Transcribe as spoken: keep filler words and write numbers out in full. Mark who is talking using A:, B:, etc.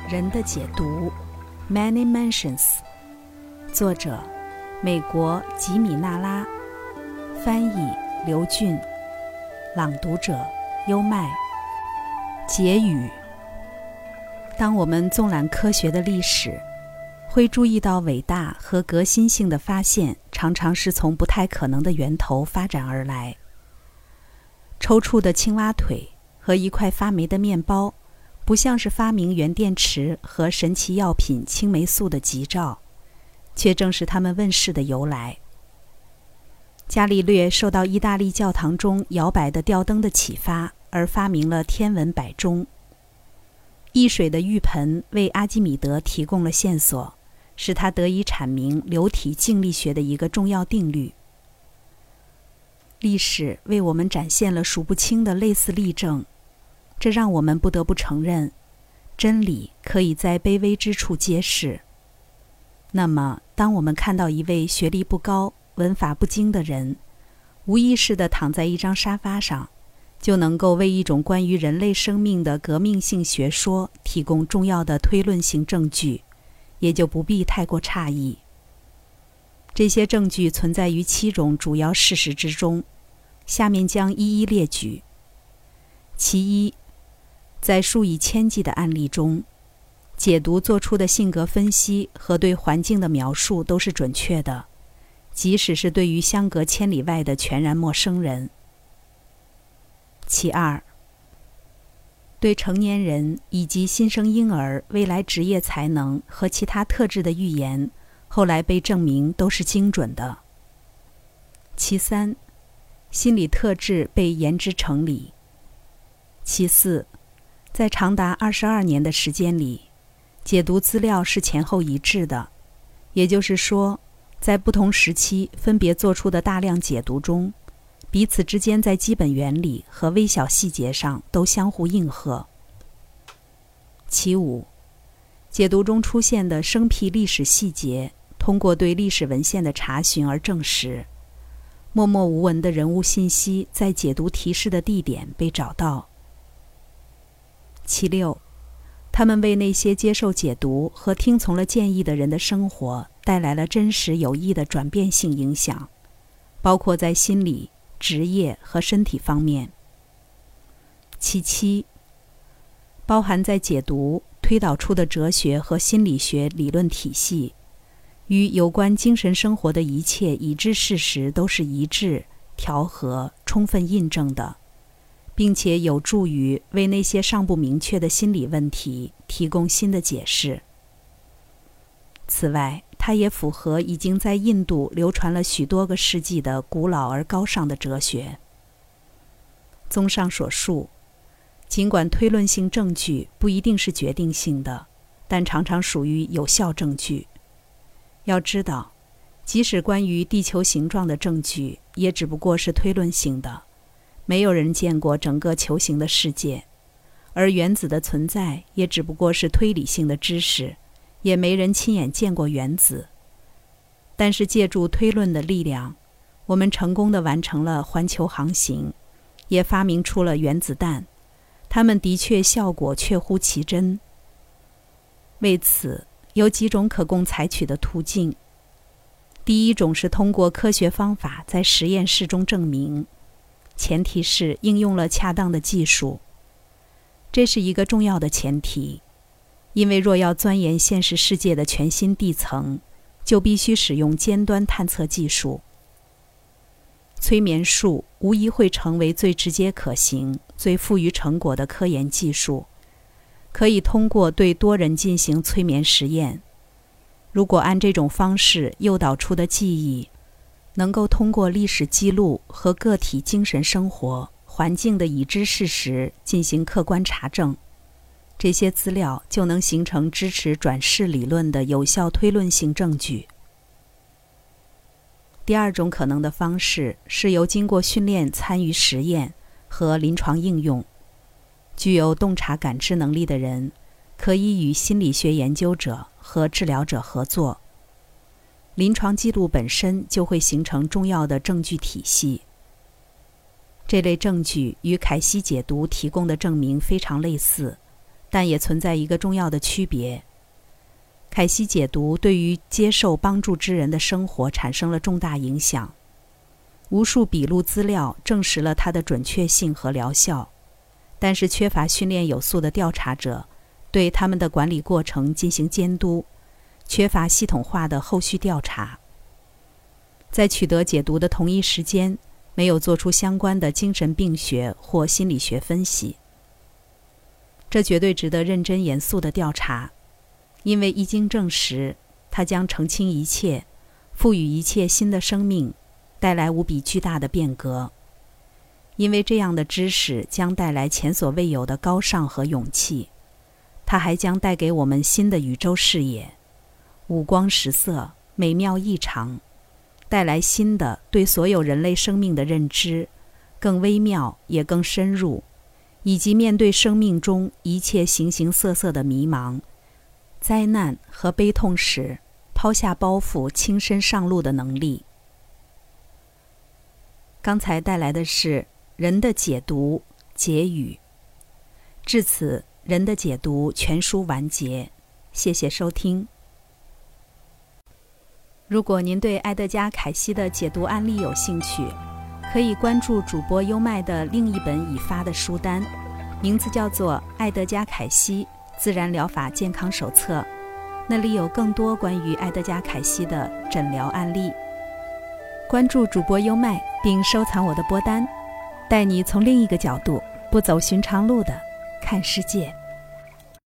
A: 人的解读 Many Mansions， 作者美国吉米纳拉，翻译刘俊，朗读者优麦。结语：当我们纵览科学的历史，会注意到伟大和革新性的发现常常是从不太可能的源头发展而来。抽搐的青蛙腿和一块发霉的面包，不像是发明原电池和神奇药品青霉素的吉兆，却正是它们问世的由来。伽利略受到意大利教堂中摇摆的吊灯的启发，而发明了天文摆钟。易水的浴盆为阿基米德提供了线索，使他得以阐明流体静力学的一个重要定律。历史为我们展现了数不清的类似例证，这让我们不得不承认，真理可以在卑微之处揭示。那么，当我们看到一位学历不高、文法不精的人，无意识地躺在一张沙发上，就能够为一种关于人类生命的革命性学说提供重要的推论性证据，也就不必太过诧异。这些证据存在于七种主要事实之中，下面将一一列举。其一，在数以千计的案例中，解读做出的性格分析和对环境的描述都是准确的，即使是对于相隔千里外的全然陌生人。其二，对成年人以及新生婴儿未来职业才能和其他特质的预言，后来被证明都是精准的。其三，心理特质被言之成理。其四，在长达二十二年的时间里，解读资料是前后一致的，也就是说，在不同时期分别做出的大量解读中，彼此之间在基本原理和微小细节上都相互应和。其五，解读中出现的生僻历史细节，通过对历史文献的查询而证实。默默无闻的人物信息在解读提示的地点被找到。其六，他们为那些接受解读和听从了建议的人的生活带来了真实有益的转变性影响，包括在心理、职业和身体方面。其七，包含在解读推导出的哲学和心理学理论体系，与有关精神生活的一切已知事实都是一致、调和、充分印证的，并且有助于为那些尚不明确的心理问题提供新的解释。此外，它也符合已经在印度流传了许多个世纪的古老而高尚的哲学。综上所述，尽管推论性证据不一定是决定性的，但常常属于有效证据。要知道，即使关于地球形状的证据也只不过是推论性的，没有人见过整个球形的世界，而原子的存在也只不过是推理性的知识，也没人亲眼见过原子。但是借助推论的力量，我们成功地完成了环球航行，也发明出了原子弹，它们的确效果确乎其真。为此，有几种可供采取的途径。第一种是通过科学方法在实验室中证明，前提是应用了恰当的技术。这是一个重要的前提，因为若要钻研现实世界的全新地层，就必须使用尖端探测技术。催眠术无疑会成为最直接可行、最富于成果的科研技术，可以通过对多人进行催眠实验。如果按这种方式诱导出的记忆能够通过历史记录和个体精神生活环境的已知事实进行客观查证，这些资料就能形成支持转世理论的有效推论性证据。第二种可能的方式是由经过训练参与实验和临床应用。具有洞察感知能力的人可以与心理学研究者和治疗者合作，临床记录本身就会形成重要的证据体系。这类证据与凯西解读提供的证明非常类似， 但也存在一个重要的区别。凯西解读对于接受帮助之人的生活产生了重大影响，无数笔录资料证实了它的准确性和疗效，但是缺乏训练有素的调查者对他们的管理过程进行监督，缺乏系统化的后续调查。在取得解读的同一时间，没有做出相关的精神病学或心理学分析。这绝对值得认真严肃的调查，因为一经证实，它将澄清一切，赋予一切新的生命，带来无比巨大的变革。因为这样的知识将带来前所未有的高尚和勇气，它还将带给我们新的宇宙视野，五光十色，美妙异常，带来新的对所有人类生命的认知，更微妙也更深入，以及面对生命中一切形形色色的迷茫、灾难和悲痛时，抛下包袱轻身上路的能力。刚才带来的是人的解读结语。至此，人的解读全书完结，谢谢收听。如果您对埃德加·凯西的解读案例有兴趣，可以关注主播优麦的另一本已发的书单，名字叫做《埃德加·凯西自然疗法健康手册》，那里有更多关于埃德加·凯西的诊疗案例。关注主播优麦并收藏我的播单，带你从另一个角度，不走寻常路的看世界。